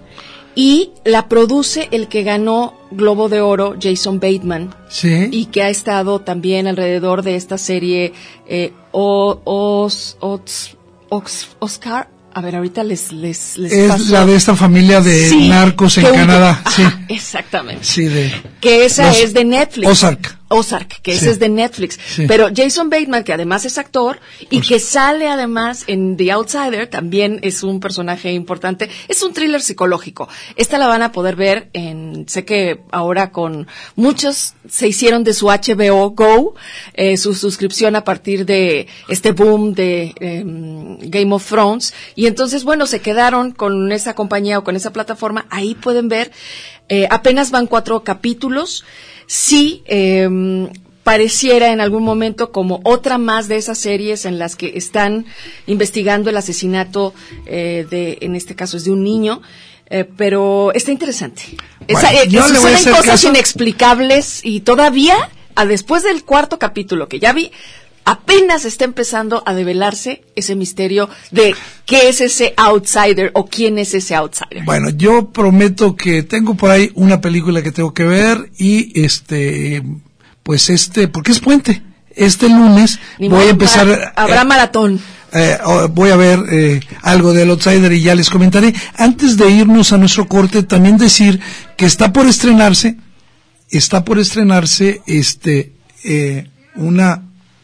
Y la produce el que ganó Globo de Oro, Jason Bateman. Sí. Y que ha estado también alrededor de esta serie eh, o, os, os, os, Oscar. A ver, ahorita les les, les es paso. La de esta familia de sí, narcos en Canadá. Ajá, sí, exactamente. Sí, de. Que esa los, es de Netflix. Ozark. Ozark, que sí. ese es de Netflix. Sí. Pero Jason Bateman, que además es actor y pues, que sale además en The Outsider, también es un personaje importante. Es un thriller psicológico. Esta la van a poder ver en, sé que ahora con muchos se hicieron de su H B O Go, eh, su suscripción a partir de este boom de eh, Game of Thrones. Y entonces, bueno, se quedaron con esa compañía o con esa plataforma. Ahí pueden ver, eh, apenas van cuatro capítulos. Sí, eh, pareciera en algún momento como otra más de esas series en las que están investigando el asesinato eh, de, en este caso es de un niño, eh, pero está interesante. Bueno, Esa, eh, yo le voy a suceden hacer cosas caso. inexplicables y todavía, a después del cuarto capítulo que ya vi, apenas está empezando a develarse ese misterio de qué es ese outsider o quién es ese outsider. Bueno, yo prometo que tengo por ahí una película que tengo que ver y este, pues este, porque es puente. Este lunes Ni voy modo, a empezar. para- habrá eh, maratón. Eh, voy a ver eh, algo del Outsider y ya les comentaré. Antes de irnos a nuestro corte, también decir que está por estrenarse, está por estrenarse este eh, una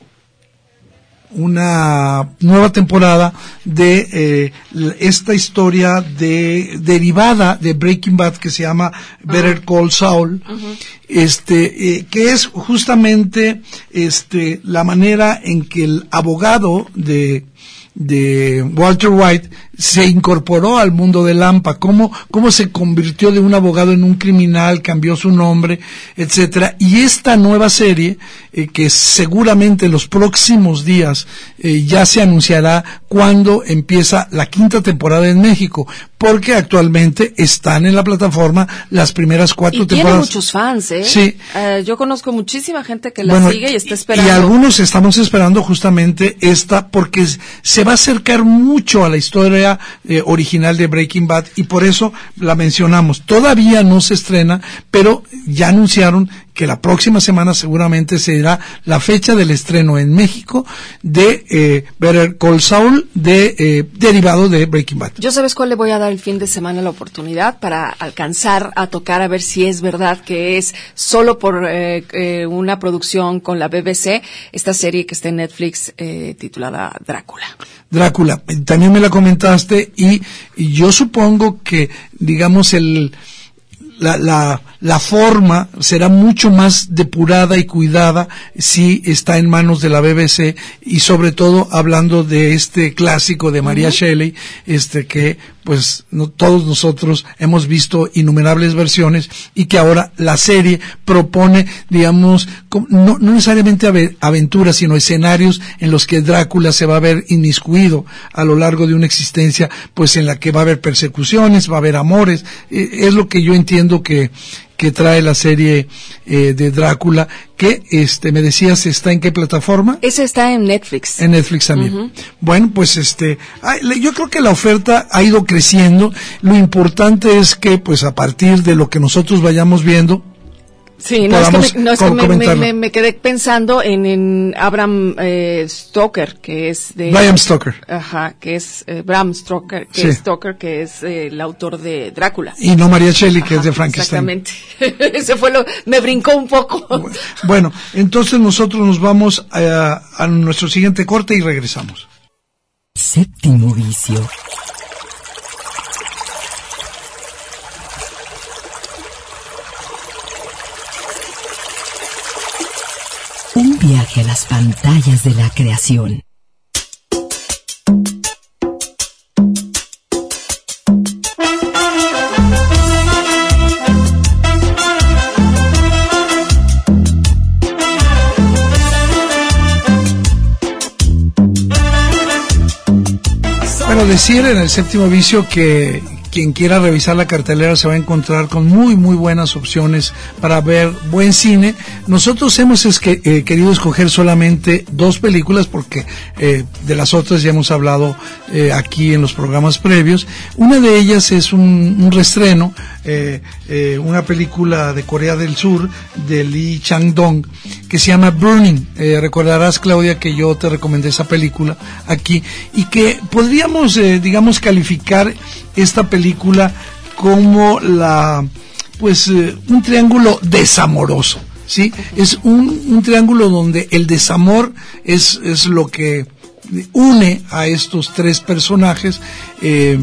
una nueva temporada de eh, esta historia de derivada de Breaking Bad que se llama Better Call Saul, uh-huh. este eh, que es justamente este la manera en que el abogado de de Walter White se incorporó al mundo del AMPA, cómo, cómo se convirtió de un abogado en un criminal, cambió su nombre, etcétera. Y esta nueva serie, eh, que seguramente en los próximos días eh, ya se anunciará cuando empieza la quinta temporada en México, porque actualmente están en la plataforma las primeras cuatro y temporadas. Tiene muchos fans, ¿eh? Sí. Uh, yo conozco muchísima gente que la bueno, sigue y está esperando. Y algunos estamos esperando justamente esta, porque se va a acercar mucho a la historia eh, original de Breaking Bad y por eso la mencionamos. Todavía no se estrena, pero ya anunciaron que la próxima semana seguramente será la fecha del estreno en México de eh, Better Call Saul, de, eh, derivado de Breaking Bad. Yo sabes cuál le voy a dar el fin de semana la oportunidad para alcanzar a tocar a ver si es verdad que es solo por eh, eh, una producción con la B B C, esta serie que está en Netflix eh, titulada Drácula. Drácula, también me la comentaste y, y yo supongo que, digamos, el la, la, la forma será mucho más depurada y cuidada si está en manos de la B B C y sobre todo hablando de este clásico de María uh-huh. Shelley, este que pues no, todos nosotros hemos visto innumerables versiones y que ahora la serie propone, digamos, no, no necesariamente aventuras, sino escenarios en los que Drácula se va a ver inmiscuido a lo largo de una existencia, pues en la que va a haber persecuciones, va a haber amores, eh, es lo que yo entiendo que que trae la serie eh, de Drácula, que este me decías está en qué plataforma? Ese está en Netflix. En Netflix también. Uh-huh. Bueno, pues este, yo creo que la oferta ha ido creciendo. Lo importante es que, pues a partir de lo que nosotros vayamos viendo, sí, no es que, me, no es que me, me, me, me quedé pensando en, en Abraham eh, Stoker, que es de... Bram Stoker. Ajá, que es eh, Bram Stoker, que sí. es Stoker, que es eh, el autor de Drácula. Y no María Shelley, que Ajá, es de Frankenstein. Exactamente. Ese fue lo... Me brincó un poco. Bueno, entonces nosotros nos vamos a, a nuestro siguiente corte y regresamos. Séptimo vicio. Un viaje a las pantallas de la creación. decir en el séptimo vicio que quien quiera revisar la cartelera se va a encontrar con muy muy buenas opciones para ver buen cine. Nosotros hemos es que, eh, querido escoger solamente dos películas porque eh, de las otras ya hemos hablado eh, aquí en los programas previos. Una de ellas es un, un reestreno, eh, eh, una película de Corea del Sur de Lee Chang-dong que se llama Burning. Eh, recordarás, Claudia, que yo te recomendé esa película aquí y que podríamos, eh, digamos, calificar esta película como la, pues, eh, un triángulo desamoroso, ¿sí? Es un, un triángulo donde el desamor es, es lo que une a estos tres personajes. Eh,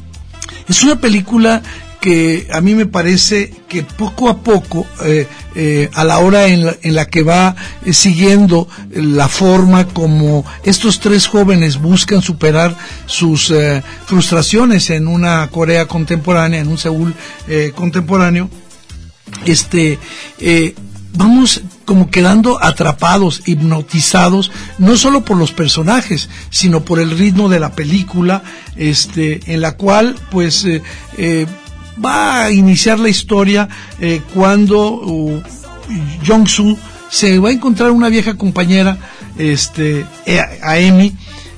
es una película que a mí me parece que poco a poco, eh, eh, a la hora en la, en la que va eh, siguiendo la forma como estos tres jóvenes buscan superar sus eh, frustraciones en una Corea contemporánea, en un Seúl eh, contemporáneo, este, eh, vamos como quedando atrapados, hipnotizados, no solo por los personajes, sino por el ritmo de la película, este, en la cual, pues, eh, eh, va a iniciar la historia eh, cuando uh, Jong-soo se va a encontrar una vieja compañera, este, a Emi,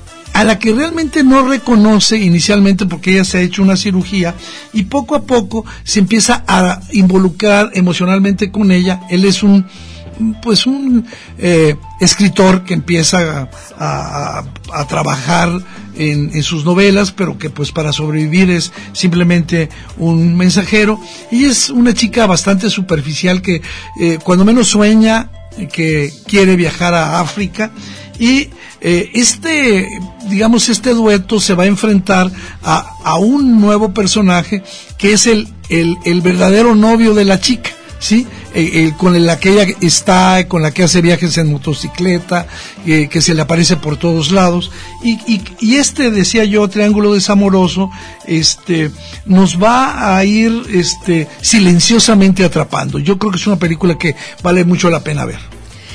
a la que realmente no reconoce inicialmente porque ella se ha hecho una cirugía y poco a poco se empieza a involucrar emocionalmente con ella. Él es un pues un eh, escritor que empieza a, a, a trabajar en, en sus novelas, pero que pues para sobrevivir es simplemente un mensajero, y es una chica bastante superficial que eh, cuando menos sueña que quiere viajar a África, y eh, este, digamos, este dueto se va a enfrentar a, a un nuevo personaje que es el, el, el verdadero novio de la chica, ¿sí? Eh, eh, con la que ella está, con la que hace viajes en motocicleta, eh, que se le aparece por todos lados, y, y, y este, decía yo, triángulo desamoroso, este, nos va a ir, este, silenciosamente atrapando. Yo creo que es una película que vale mucho la pena ver.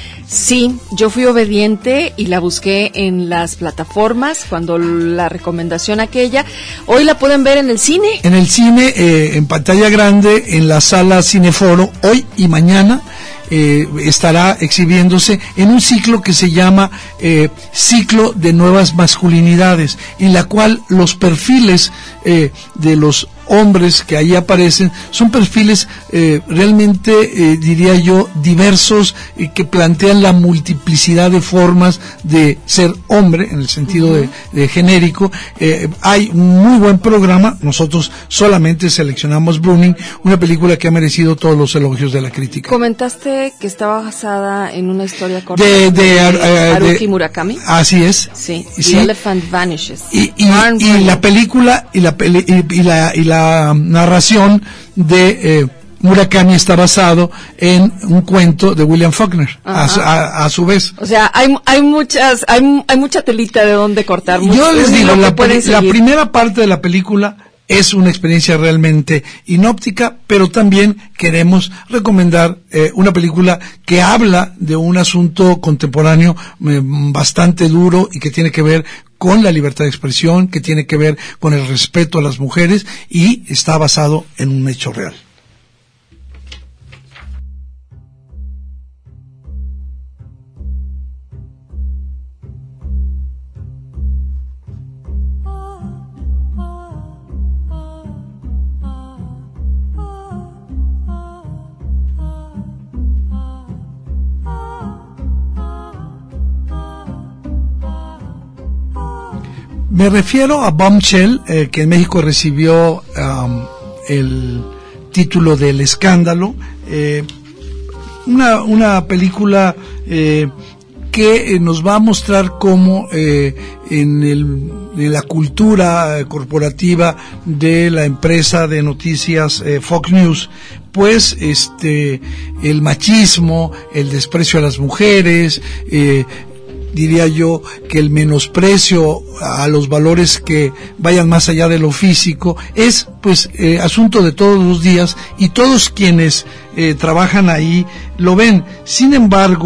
Sí, yo fui obediente y la busqué en las plataformas cuando la recomendación aquella. Hoy la pueden ver en el cine. En el cine, eh, en pantalla grande, en la sala Cineforo, hoy y mañana. Eh, estará exhibiéndose en un ciclo que se llama eh, Ciclo de Nuevas Masculinidades, en la cual los perfiles eh, de los hombres que ahí aparecen son perfiles eh, realmente, eh, diría yo, diversos, eh, que plantean la multiplicidad de formas de ser hombre, en el sentido uh-huh. de, de genérico. Eh, hay un muy buen programa. Nosotros solamente seleccionamos Burning, una película que ha merecido todos los elogios de la crítica. Comentaste que estaba basada en una historia corta de, de, de uh, Haruki de, Murakami. Así es. Sí, sí. The Elephant Vanishes. Y, y, y la película y la, peli, y, y la, y la narración de eh, Murakami está basado en un cuento de William Faulkner, a, a, a su vez. O sea, hay hay muchas hay hay mucha telita de donde cortar. Yo les digo, la, la primera parte de la película es una experiencia realmente inóptica, pero también queremos recomendar eh, una película que habla de un asunto contemporáneo eh, bastante duro y que tiene que ver con la libertad de expresión, que tiene que ver con el respeto a las mujeres, y está basado en un hecho real. Me refiero a Bombshell, eh, que en México recibió um, el título del Escándalo, eh, una, una película eh, que eh, nos va a mostrar cómo eh, en, el, en la cultura corporativa de la empresa de noticias eh, Fox News, pues este el machismo, el desprecio a las mujeres, eh, diría yo que el menosprecio a los valores que vayan más allá de lo físico es pues eh, asunto de todos los días, y todos quienes eh, trabajan ahí lo ven. Sin embargo,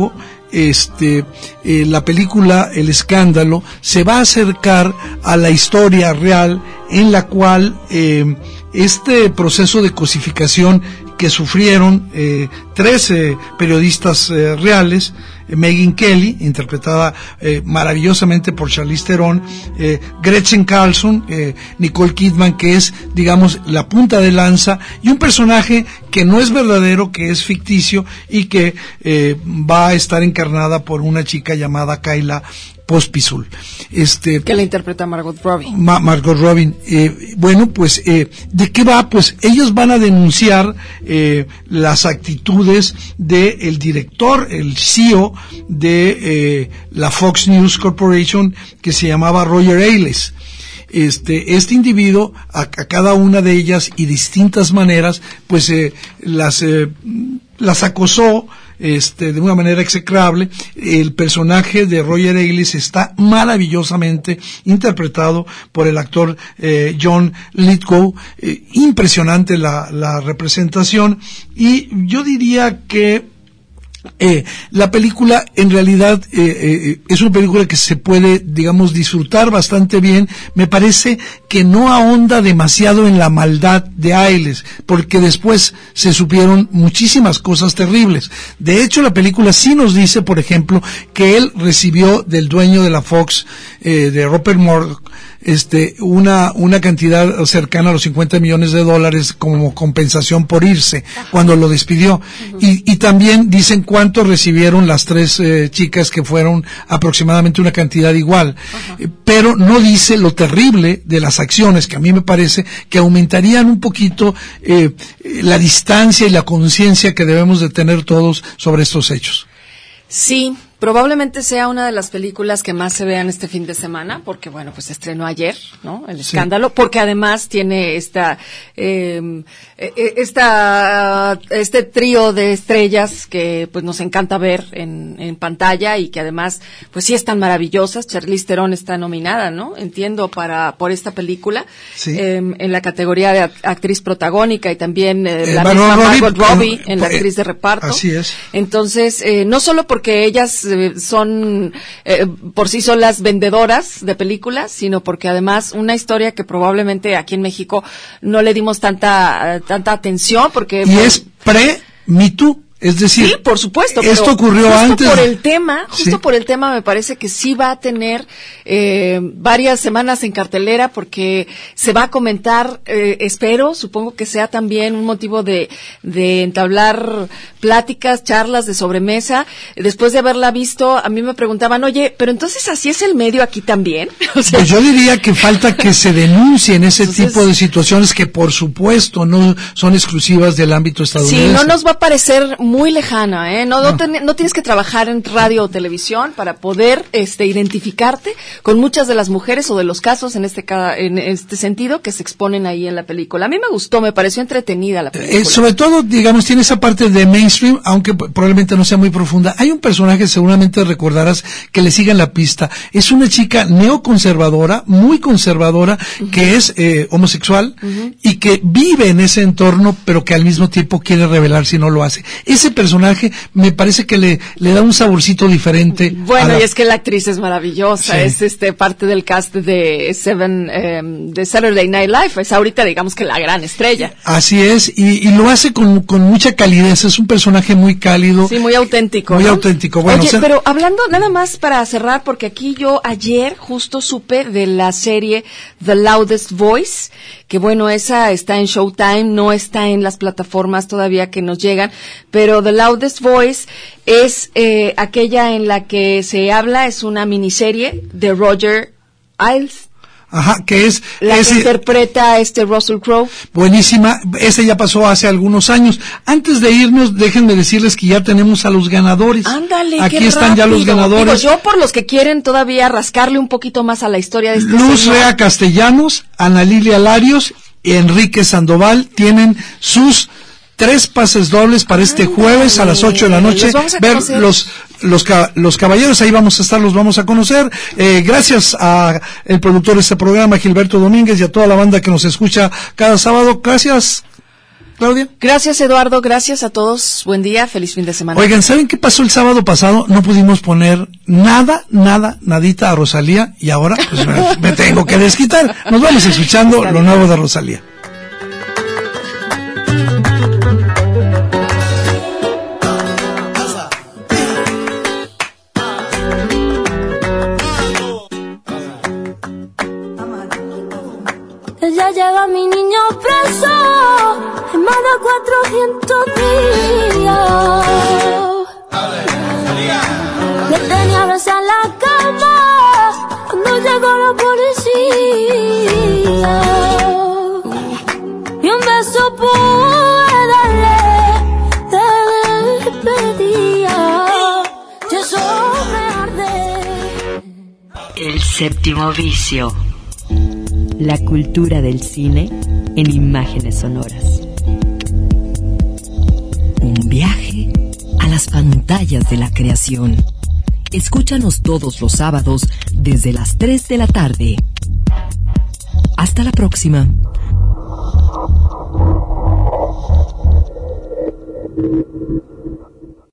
este, eh, la película El Escándalo se va a acercar a la historia real en la cual eh, este proceso de cosificación que sufrieron eh, trece periodistas eh, reales, eh, Megyn Kelly, interpretada eh, maravillosamente por Charlize Theron, eh, Gretchen Carlson, eh, Nicole Kidman, que es, digamos, la punta de lanza, y un personaje que no es verdadero, que es ficticio, y que eh, va a estar encarnada por una chica llamada Kayla Pospisul. Este, que la interpreta Margot Robbie. Ma Margot Robbie. Eh, bueno, pues, eh, ¿de qué va? Pues ellos van a denunciar eh, las actitudes del director, el C E O de eh, la Fox News Corporation, que se llamaba Roger Ailes. Este, este individuo, a, a cada una de ellas y distintas maneras, pues eh, las, eh, las acosó, este, de una manera execrable. El personaje de Roger Ailes está maravillosamente interpretado por el actor eh, John Lithgow. Eh, impresionante la, la representación, y yo diría que Eh, la película en realidad eh, eh, es una película que se puede, digamos, disfrutar bastante bien. Me parece que no ahonda demasiado en la maldad de Ailes, porque después se supieron muchísimas cosas terribles. De hecho, la película sí nos dice, por ejemplo, que él recibió del dueño de la Fox, eh, de Rupert Murdoch, este, una, una cantidad cercana a los cincuenta millones de dólares como compensación por irse cuando lo despidió. Uh-huh. Y, y también dicen cuánto recibieron las tres eh, chicas, que fueron aproximadamente una cantidad igual. Uh-huh. Eh, pero no dice lo terrible de las acciones, que a mí me parece que aumentarían un poquito eh, la distancia y la conciencia que debemos de tener todos sobre estos hechos. Sí, probablemente sea una de las películas que más se vean este fin de semana, porque bueno, pues se estrenó ayer, ¿no? El Escándalo, sí. Porque además tiene esta, eh, esta, este trío de estrellas que pues nos encanta ver en, en pantalla, y que además pues sí están maravillosas. Charlize Theron está nominada, ¿no? Entiendo, para, por esta película, sí. eh, en la categoría de actriz protagónica, y también eh, eh, la misma Margot Robbie eh, en la actriz de reparto. Así es. Entonces, eh, no solo porque ellas son eh, por sí solas vendedoras de películas, sino porque además una historia que probablemente aquí en México no le dimos tanta uh, tanta atención, porque y es pre-Me Too. Es decir, sí, por supuesto, esto pero ocurrió justo antes. por el tema, justo sí. por el tema me parece que sí va a tener eh, varias semanas en cartelera, porque se va a comentar, eh, espero, supongo que sea también un motivo de, de entablar pláticas, charlas de sobremesa. Después de haberla visto, a mí me preguntaban, oye, pero entonces así es el medio aquí también. O sea, pues yo diría que falta que se denuncien ese entonces, tipo de situaciones que por supuesto no son exclusivas del ámbito estadounidense. Sí, no nos va a parecer muy lejana, ¿eh? No, no, ten, no tienes que trabajar en radio o televisión para poder este, identificarte con muchas de las mujeres o de los casos en este en este sentido que se exponen ahí en la película. A mí me gustó, me pareció entretenida la película. Eh, sobre todo, digamos, tiene esa parte de mainstream, aunque probablemente no sea muy profunda. Hay un personaje, seguramente recordarás, que le siga en la pista. Es una chica neoconservadora, muy conservadora, uh-huh. que es eh, homosexual uh-huh. y que vive en ese entorno, pero que al mismo tiempo quiere revelar si no lo hace. Ese personaje me parece que le, le da un saborcito diferente. Bueno, la... y es que la actriz es maravillosa, sí. es este parte del cast de Seven, eh, de Saturday Night Live, es ahorita digamos que la gran estrella. Así es, y, y lo hace con, con mucha calidez, es un personaje muy cálido. Sí, muy auténtico. Muy ¿no? auténtico. Bueno, Oye, o sea... pero hablando nada más para cerrar, porque aquí yo ayer justo supe de la serie The Loudest Voice, que bueno, esa está en Showtime, no está en las plataformas todavía que nos llegan, pero The Loudest Voice es eh, aquella en la que se habla, es una miniserie de Roger Ailes. Ajá, que es... La ese, que interpreta este Russell Crowe. Buenísima, ese ya pasó hace algunos años. Antes de irnos, déjenme decirles que ya tenemos a los ganadores. Ándale, aquí qué están rápido. Ya los ganadores. Digo, yo por los que quieren todavía rascarle un poquito más a la historia de este Luz señor. Rea Castellanos, Ana Lilia Larios y Enrique Sandoval tienen sus tres pases dobles para este Ándale. Jueves a las ocho de la noche. Ver conocer. los los los caballeros, ahí vamos a estar, los vamos a conocer. Eh, gracias a el productor de este programa, Gilberto Domínguez, y a toda la banda que nos escucha cada sábado. Gracias. Claudia. Gracias, Eduardo. Gracias a todos. Buen día. Feliz fin de semana. Oigan, ¿saben qué pasó el sábado pasado? No pudimos poner nada, nada, nadita a Rosalía y ahora pues me, me tengo que desquitar. Nos vamos escuchando lo nuevo de Rosalía. Ella lleva a mi niño preso en más de cuatrocientos días. Le tenía besar en la cama cuando llegó la policía. Y un beso pude darle de despedida. Y eso me arde. El séptimo vicio. La cultura del cine en imágenes sonoras. Un viaje a las pantallas de la creación. Escúchanos todos los sábados desde las tres de la tarde. Hasta la próxima.